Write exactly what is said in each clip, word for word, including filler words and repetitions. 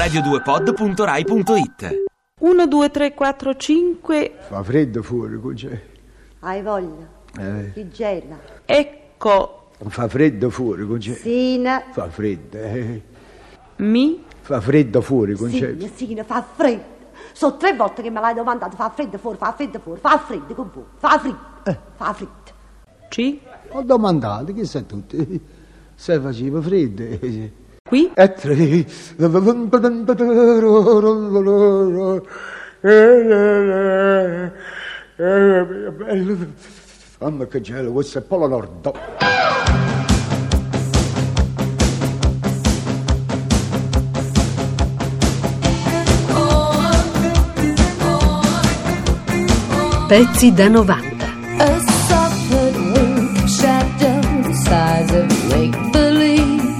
radio due pod punto rai punto it. uno, due, tre, quattro, cinque. Fa freddo fuori, c'è. Hai voglia? Eh. Ti gela. Ecco. Fa freddo fuori, c'è. Sina. Fa freddo, eh. Mi. Fa freddo fuori, c'è. Sina, Sina, fa freddo. Sono tre volte che me l'hai domandato, fa freddo fuori, fa freddo fuori, fa freddo con voi, fa freddo, Eh. fa freddo. C. Ho domandato, che sa tutti? Se faceva freddo. eh. Qui. E tre. Mamma che gelo, questo è Polo Nord. Pezzi da novanta. A soft wing shadow the size of make-believe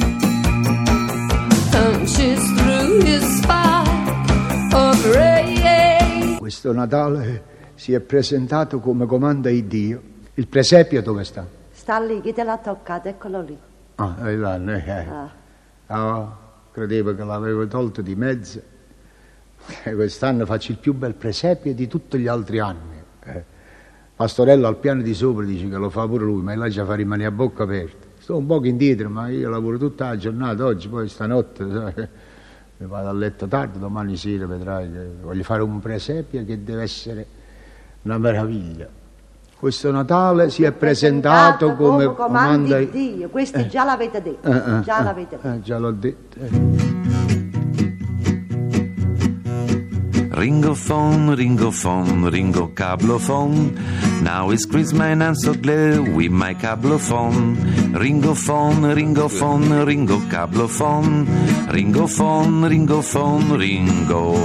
hunches through his spark of ray. Questo Natale si è presentato come comanda di Dio. Il presepio dove sta? Sta lì, chi te l'ha toccato, eccolo lì. Ah, è là, eh. Ah. Oh, credevo che l'avevo tolto di mezzo. Eh, quest'anno faccio il più bel presepio di tutti gli altri anni. Eh. Pastorello al piano di sopra dice che lo fa pure lui, ma lascia fare rimane a bocca aperta. Sto un poco indietro, ma io lavoro tutta la giornata oggi, poi stanotte sai, mi vado a letto tardi, domani sera vedrai che voglio fare un presepio che deve essere una meraviglia. Questo Natale si è presentato, presentato come, come comanda di Dio. Questo eh. già l'avete detto, eh, eh, già eh, l'avete detto. Eh, già l'ho detto. Eh. Ringo phone, Ringo phone, Ringo cablophone. Now it's Christmas and I'm so glad with my cablophone. Ringo phone, Ringo phone, Ringo cablophone. Ringo phone, Ringo phone, Ringo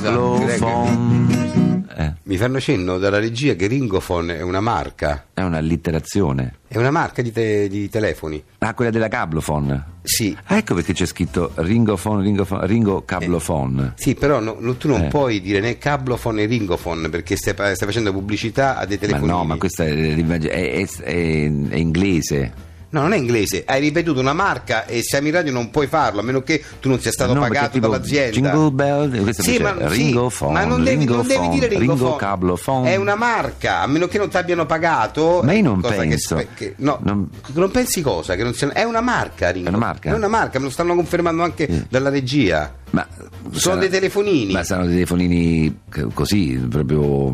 cablophone. Eh. Mi fanno cenno dalla regia che Ringophone è una marca. È un'allitterazione. È una marca di, te- di telefoni. Ah, quella della cablophone? Sì. Ah, ecco perché c'è scritto Ringophone, Ringophone, Ringo cablophone. Eh. Sì, però no, no, tu non eh. puoi dire né cablophone né Ringophone perché stai, stai facendo pubblicità a dei telefonini. Ma no, ma questa è, è, è, è, è inglese. No, non è inglese, hai ripetuto una marca e siamo in radio non puoi farlo, a meno che tu non sia stato no, pagato tipo dall'azienda. Jingle Bell, questo sì, ma, Ringophone, sì, ma non devi, non devi dire Ringophone, Ringo cablophone. È una marca, a meno che non ti abbiano pagato. Ma io non cosa penso. Che, che, no, non... non pensi cosa? Che non sia, è una marca, Ringo. È una marca? È una marca, me lo stanno confermando anche sì. dalla regia. Ma sono sarà, dei telefonini. Ma sono dei telefonini così, proprio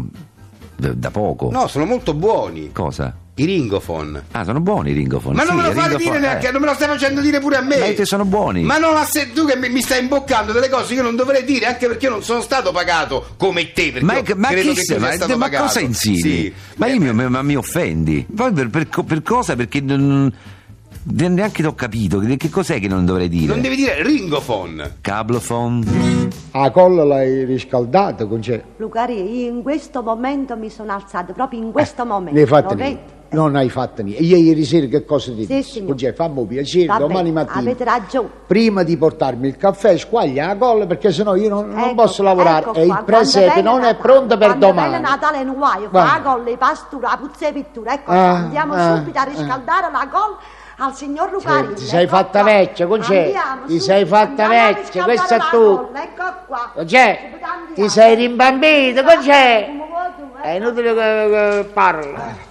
da poco. No, sono molto buoni. Cosa? I Ringophone. Ah, sono buoni i Ringophone. Ma non sì, me lo fate Ringophone, dire neanche, eh. non me lo stai facendo dire pure a me. Ma te sono buoni. Ma non se tu che mi, mi stai imboccando delle cose che io non dovrei dire, anche perché io non sono stato pagato come te. Perché ma io ma credo chi che sei? tu sia Ma, stato ma pagato. cosa insini? Sì. Ma eh, io mi, ma mi offendi. Poi per, per, per cosa? Perché non, neanche ti ho capito. Che, che cos'è che non dovrei dire? Non devi dire Ringophone. Cablophone. La colla l'hai riscaldata con c'è. Lucari, io in questo momento mi sono alzata, proprio in questo eh, momento. Ne hai fatte lo niente. vedi? Non hai fatto niente. E ieri sera che cosa ti Sì, dici? signor. Con c'è, fammi piacere, Va domani bene, mattina. avete ragione. Prima di portarmi il caffè, squaglia la colla perché sennò io non, non Ecco, posso lavorare. ecco E qua, il presepe non è Natale, pronto per quando domani. Quando Natale non guaio, Va. fa la colla, i pastura, la puzza e pittura. Ecco, Ah, qua, andiamo ah, subito a riscaldare la colla al signor Lucari. Ti sei fatta vecchia, con c'è? Ti sei fatta vecchia, questo è tu. Ecco qua. Con c'è? Ti sei rimbambito, con c'è? È inutile che, che parli.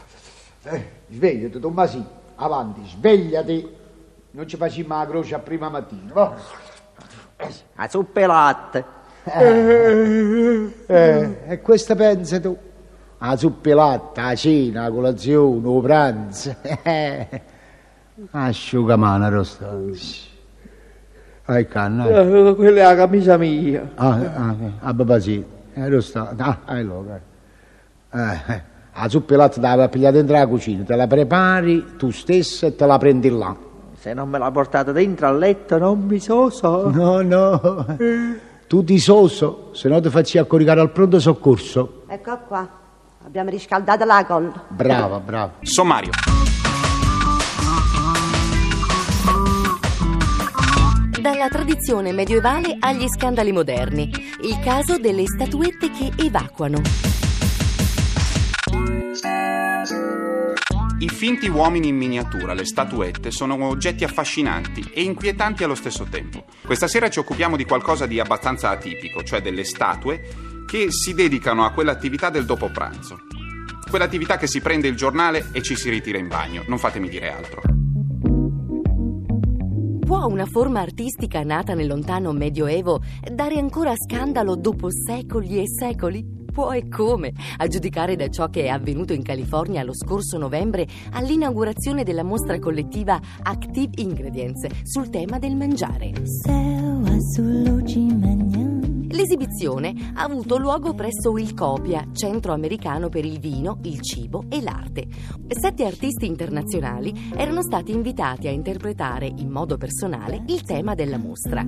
Eh, svegliati, Tommasino, avanti, svegliati. Non ci facciamo la croce a prima mattina, va? A zuppe e latte. Eh, eh, e questa pensa tu? La zuppa e latte, la cena, la colazione, il pranzo. Asciugamano, rostanzi. Hai canna? Eh, quella è la camicia mia. Ah, ah, ah, papà sì. Eh, rostanzi. Ah, allora. Eh, eh. La zuppa e latte te la pigliare dentro la cucina, te la prepari tu stessa e te la prendi là. Se non me la portate dentro al letto non mi soso. No, no. Tu ti soso, se no ti facci accoricare al pronto soccorso. Ecco qua, abbiamo riscaldato la colla. Brava, brava. Sommario. Dalla tradizione medievale agli scandali moderni. Il caso delle statuette che evacuano. I finti uomini in miniatura, le statuette, sono oggetti affascinanti e inquietanti allo stesso tempo. Questa sera ci occupiamo di qualcosa di abbastanza atipico, cioè delle statue che si dedicano a quell'attività del dopo pranzo. Quell'attività che si prende il giornale e ci si ritira in bagno, non fatemi dire altro. Può una forma artistica nata nel lontano Medioevo dare ancora scandalo dopo secoli e secoli? Può e come, a giudicare da ciò che è avvenuto in California lo scorso novembre all'inaugurazione della mostra collettiva Active Ingredients sul tema del mangiare. L'esibizione ha avuto luogo presso il Copia, centro americano per il vino, il cibo e l'arte. Sette artisti internazionali erano stati invitati a interpretare in modo personale il tema della mostra.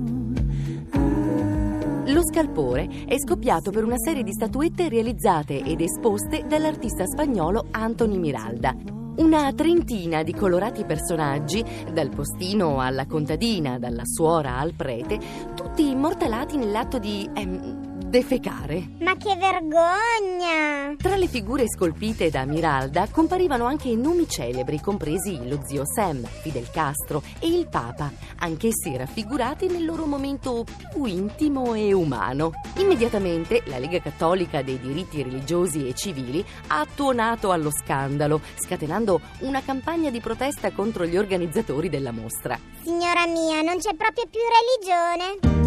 Lo scalpore è scoppiato per una serie di statuette realizzate ed esposte dall'artista spagnolo Antoni Miralda. Una trentina di colorati personaggi, dal postino alla contadina, dalla suora al prete, tutti immortalati nell'atto di ehm, defecare. Ma che vergogna! Tra le figure scolpite da Miralda comparivano anche nomi celebri, compresi lo zio Sam, Fidel Castro e il Papa, anch'essi raffigurati nel loro momento più intimo e umano. Immediatamente la Lega Cattolica dei Diritti Religiosi e Civili ha tuonato allo scandalo, scatenando una campagna di protesta contro gli organizzatori della mostra. Signora mia, non c'è proprio più religione.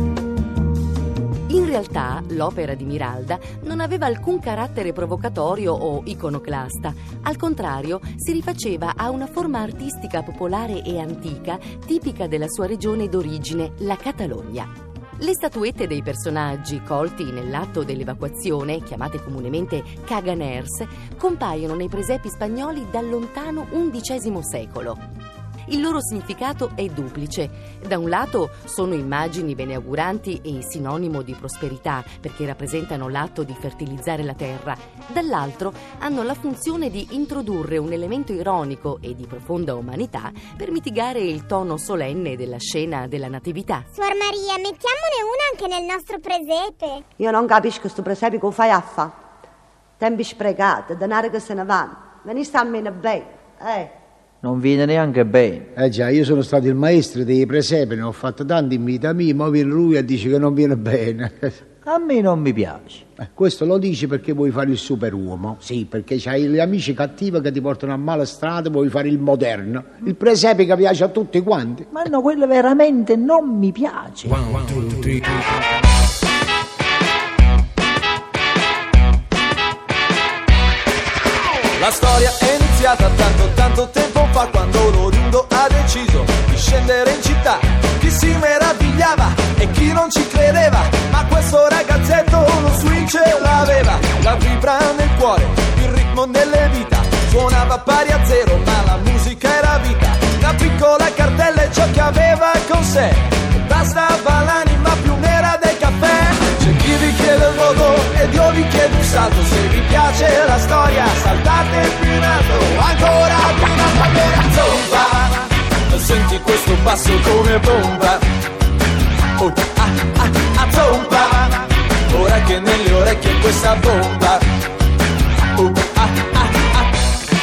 In realtà l'opera di Miralda non aveva alcun carattere provocatorio o iconoclasta. Al contrario, si rifaceva a una forma artistica popolare e antica tipica della sua regione d'origine, la Catalogna. Le statuette dei personaggi colti nell'atto dell'evacuazione, chiamate comunemente caganers, compaiono nei presepi spagnoli dal lontano undicesimo secolo. Il loro significato è duplice. Da un lato sono immagini beneauguranti e sinonimo di prosperità, perché rappresentano l'atto di fertilizzare la terra. Dall'altro hanno la funzione di introdurre un elemento ironico e di profonda umanità per mitigare il tono solenne della scena della natività. Suor Maria, mettiamone una anche nel nostro presepe. Io non capisco sto presepe che fai a fa. Tempi sprecati, denaro che se ne vanno. Veniste almeno bene, eh. Non viene neanche bene. Eh già, io sono stato il maestro dei presepi, ne ho fatto tanti in vita mia, ma viene lui e dice che non viene bene. A me non mi piace. Eh, questo lo dici perché vuoi fare il superuomo? Sì, perché c'hai gli amici cattivi che ti portano a male strada, vuoi fare il moderno. Il presepe che piace a tutti quanti. Ma no, quello veramente non mi piace. One, two, three. La storia è iniziata tanto tanto tempo fa, quando Loringo ha deciso di scendere in città. Chi si meravigliava e chi non ci credeva, ma questo ragazzetto lo swing ce l'aveva. La vibra nel cuore, il ritmo nelle vita, suonava pari a zero ma la musica era vita. Una piccola cartella è ciò che aveva con sé, e bastava l'anima più nera del caffè. C'è chi vi chiede il voto ed io vi chiedo un salto. Se vi piace la storia saltate più in alto, ancora più in alto. Allora zomba, senti questo basso come bomba. Oh, ah, ah, ah, zomba, ora che nelle orecchie questa bomba. Oh, ah, ah, ah.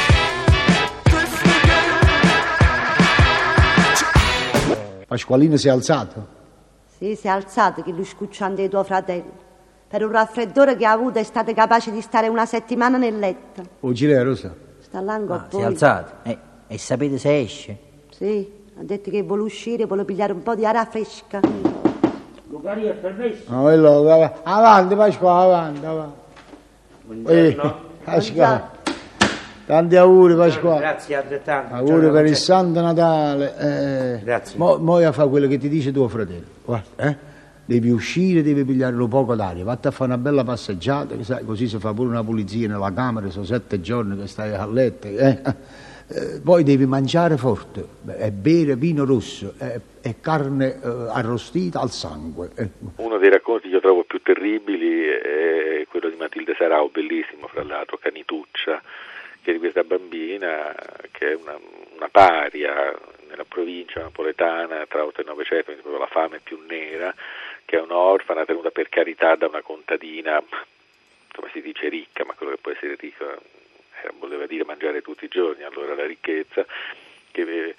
Pasqualino si è alzato? Sì, si è alzato che lui scucciando i tuoi fratelli. Per un raffreddore che ha avuto è stato capace di stare una settimana nel letto. Oh, Gilead, Rosa? Sta là Ah, poi. si è alzato. Eh, e sapete se esce? Sì, ha detto che vuole uscire, vuole pigliare un po' di aria fresca. Lucari è permesso? No, quello, avanti Pasquale, avanti, avanti. Buongiorno. Pasquale. Tanti auguri Pasquale. Grazie altrettanto. Auguri per il Santo Natale. Eh, Grazie. Mo, mo a fare quello che ti dice tuo fratello. Guarda, eh? Devi uscire, devi pigliare un poco d'aria, vatti a fare una bella passeggiata, che sai, così si fa pure una pulizia nella camera, sono sette giorni che stai a letto. Eh? Eh, poi devi mangiare forte e bere vino rosso e, e carne eh, arrostita al sangue. Eh. Uno dei racconti che io trovo più terribili è quello di Matilde Sarao, bellissimo fra l'altro, Canituccia, che è di questa bambina che è una, una paria nella provincia napoletana tra otto e novecento, quindi proprio la fame più nera, che è un'orfana tenuta per carità da una contadina, come si dice, ricca, ma quello che può essere ricco eh, voleva dire mangiare tutti i giorni, allora la ricchezza, che eh,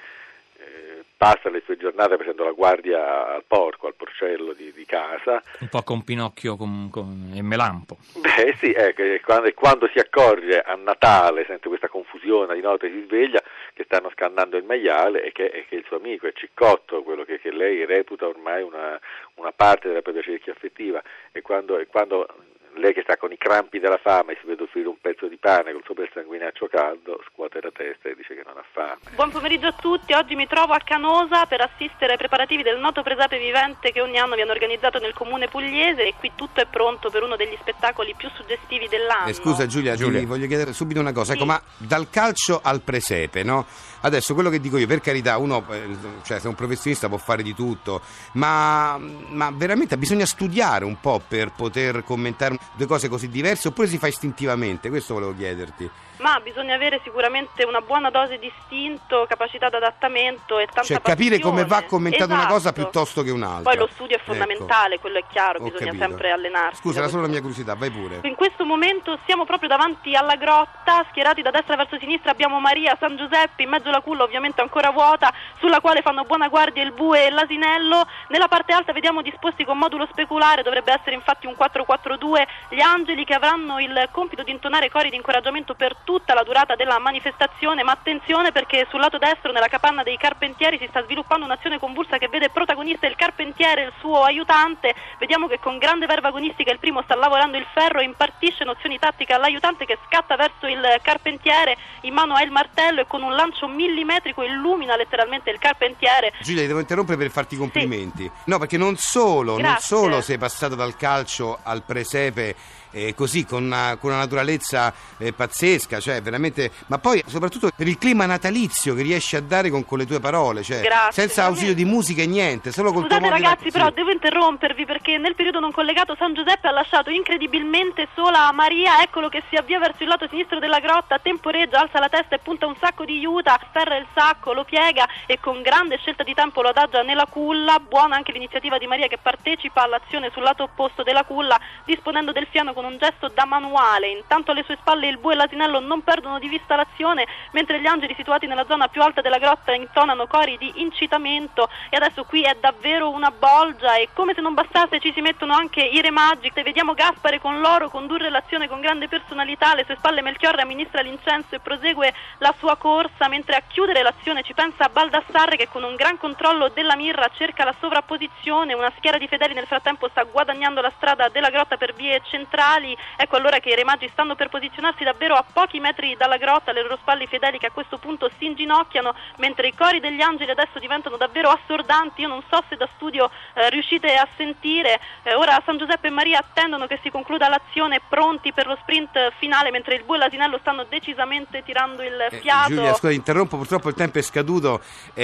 passa le sue giornate facendo la guardia al porco, al porcello di, di casa. Un po' con Pinocchio con, con, e Melampo. Beh sì, ecco, e quando, e quando si accorge a Natale, sente questa confusione, di notte si sveglia che stanno scannando il maiale e che, e che il suo amico è Ciccotto, quello che, che lei reputa ormai una, una parte della propria cerchia affettiva, e quando, e quando lei, che sta con i crampi della fame, si vede offrire un pezzo di pane col sopra il sanguinaccio caldo, scuote la testa e dice che non ha fame. Buon pomeriggio a tutti, oggi mi trovo a Canosa per assistere ai preparativi del noto presepe vivente che ogni anno viene organizzato nel comune pugliese, e qui tutto è pronto per uno degli spettacoli più suggestivi dell'anno. Eh, scusa Giulia, Giulia, ti voglio chiedere subito una cosa, sì. Ecco, ma dal calcio al presepe, no? Adesso quello che dico io, per carità, uno, cioè se un professionista può fare di tutto, ma, ma veramente bisogna studiare un po' per poter commentare due cose così diverse, oppure si fa istintivamente? Questo volevo chiederti. Ma bisogna avere sicuramente una buona dose di istinto, capacità d'adattamento e tanta Cioè capire passione. come va commentata Esatto. una cosa piuttosto che un'altra. Poi lo studio è fondamentale, ecco. Quello è chiaro, Ho bisogna capito. sempre allenarsi. Scusa, era solo la mia curiosità, vai pure. In questo momento siamo proprio davanti alla grotta, schierati da destra verso sinistra abbiamo Maria, San Giuseppe, in mezzo la culla ovviamente ancora vuota, sulla quale fanno buona guardia il bue e l'asinello. Nella parte alta vediamo disposti con modulo speculare, dovrebbe essere infatti un quattro quattro due, gli angeli che avranno il compito di intonare cori di incoraggiamento per tutta la durata della manifestazione, ma attenzione perché sul lato destro nella capanna dei Carpentieri si sta sviluppando un'azione convulsa che vede protagonista il carpentiere e il suo aiutante. Vediamo che con grande verve agonistica il primo sta lavorando il ferro e impartisce nozioni tattiche all'aiutante, che scatta verso il carpentiere, in mano ha il martello e con un lancio millimetrico illumina letteralmente il carpentiere. Giulia, ti devo interrompere per farti i complimenti. Sì. No, perché non solo, non solo sei passata dal calcio al presepe eh, così con una, con una naturalezza eh, pazzesca, cioè veramente, ma poi soprattutto per il clima natalizio che riesci a dare con, con le tue parole, cioè Grazie, senza ausilio di musica e niente, solo col Scusate tuo modo ragazzi, di... però sì. devo interrompervi perché nel periodo non collegato San Giuseppe ha lasciato incredibilmente sola Maria. Eccolo che si avvia verso il lato sinistro della grotta, temporeggia, alza la testa e punta un sacco di juta, afferra il sacco, lo piega e con grande scelta di tempo lo adagia nella culla. Buona anche l'iniziativa di Maria che partecipa all'azione sul lato opposto della culla, disponendo del fieno con un gesto da manuale. Intanto alle sue spalle il bue e l'asinello non perdono di vista l'azione, mentre gli angeli situati nella zona più alta della grotta intonano cori di incitamento. E adesso qui è davvero una bolgia, e come se non bastasse ci si mettono anche i re magi. Vediamo Gaspare con l'oro condurre l'azione con grande personalità, alle sue spalle Melchiorre amministra l'incenso e prosegue la sua corsa, mentre a chiudere l'azione ci pensa Baldassarre che con un gran controllo della mirra cerca la sovrapposizione. Una schiera di fedeli nel frattempo sta guadagnando la strada della grotta per vie centrali. Ecco allora che i re magi stanno per posizionarsi davvero a pochi metri dalla grotta, alle loro spalle i fedeli che a questo punto si inginocchiano, mentre i cori degli angeli adesso diventano davvero assordanti. Io non so se da studio eh, riuscite a sentire. Eh, ora San Giuseppe e Maria attendono che si concluda l'azione, pronti per lo sprint finale, mentre il bue e l'asinello stanno decisamente tirando il fiato. Eh, Giulia, scusa, interrompo, purtroppo il tempo è scaduto.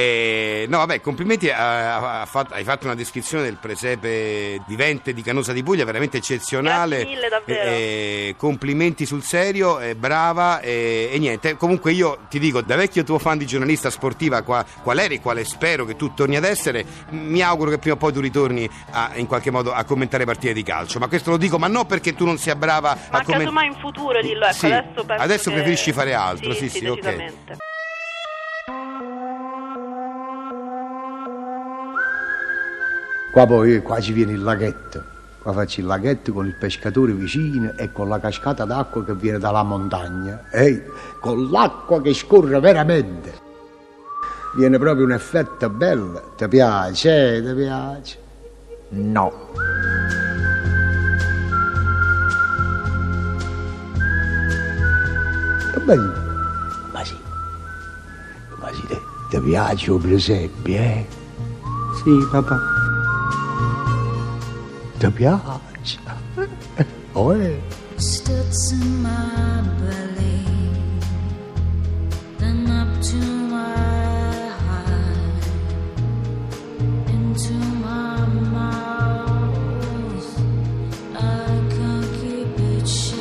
Eh, no, vabbè, complimenti, a, a, a, hai fatto una descrizione del presepe vivente di Canosa di Puglia veramente eccezionale. Grazie mille, davvero. Eh, complimenti sul serio, eh, brava, eh, e niente, comunque io ti dico, da vecchio tuo fan di giornalista sportiva qua, qual eri, quale spero che tu torni ad essere, mi auguro che prima o poi tu ritorni a, in qualche modo a commentare partite di calcio, ma questo lo dico, ma non perché tu non sia brava ma a commentare, ma in futuro Lillo, ecco, sì, adesso penso adesso che... preferisci fare altro, sì, sì, sì, sì, ok. Qua poi qua ci viene il laghetto, qua faccio il laghetto con il pescatore vicino e con la cascata d'acqua che viene dalla montagna, ehi, con l'acqua che scorre veramente. Viene proprio un effetto bello, ti piace, ti piace? No. Va bene, ma sì, ma sì, ti, ti piace o presepe, eh? Sì, papà. Ti piace? Oh, eh. Studs in my belly, then up to my heart, into my mouth. I can't keep it shut.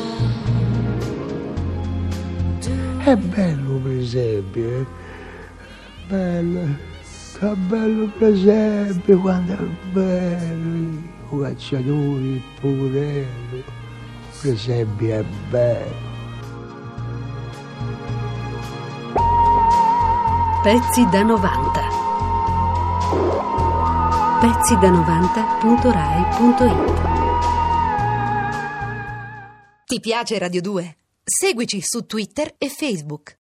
È bello presepe, eh? Bello, che bello presepe, quanto è bello, i cacciatori, il poverello, presepe è bello. Pezzi da novanta. Pezzi da novanta punto rai punto it. Ti piace Radio due? Seguici su Twitter e Facebook.